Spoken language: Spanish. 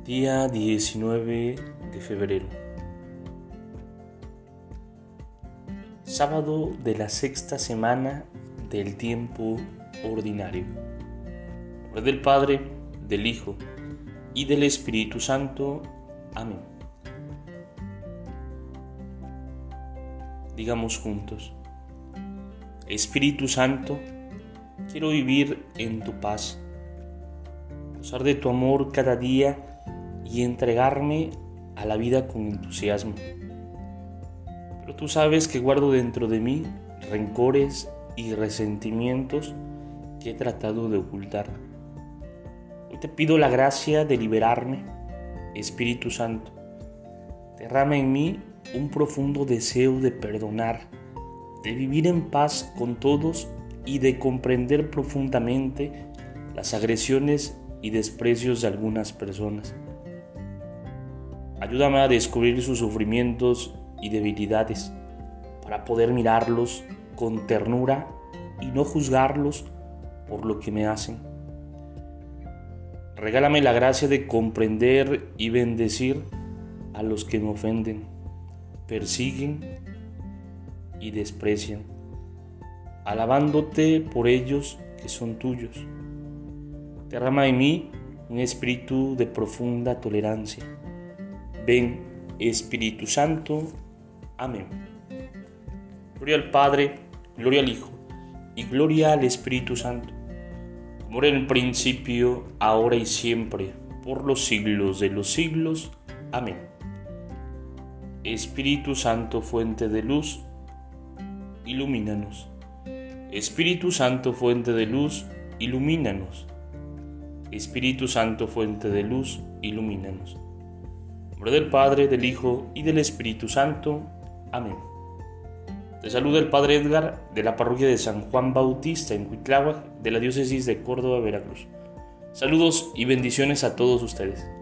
Día 19 de febrero. Sábado de la sexta semana del tiempo ordinario. En nombre del Padre, del Hijo y del Espíritu Santo. Amén. Digamos juntos: Espíritu Santo, quiero vivir en tu paz, gozar de tu amor cada día y entregarme a la vida con entusiasmo. Pero tú sabes que guardo dentro de mí rencores y resentimientos que he tratado de ocultar. Hoy te pido la gracia de liberarme, Espíritu Santo. Derrama en mí un profundo deseo de perdonar, de vivir en paz con todos y de comprender profundamente las agresiones y desprecios de algunas personas. Ayúdame a descubrir sus sufrimientos y debilidades para poder mirarlos con ternura y no juzgarlos por lo que me hacen. Regálame la gracia de comprender y bendecir a los que me ofenden, persiguen y desprecian, alabándote por ellos que son tuyos. Derrama en mí un espíritu de profunda tolerancia. Ven, Espíritu Santo. Amén. Gloria al Padre, gloria al Hijo y gloria al Espíritu Santo, como era en el principio, ahora y siempre, por los siglos de los siglos. Amén. Espíritu Santo, fuente de luz, ilumínanos. Espíritu Santo, fuente de luz, ilumínanos. Espíritu Santo, fuente de luz, ilumínanos. En nombre del Padre, del Hijo y del Espíritu Santo. Amén. Te saluda el Padre Edgar de la parroquia de San Juan Bautista en Cuitláhuac de la diócesis de Córdoba, Veracruz. Saludos y bendiciones a todos ustedes.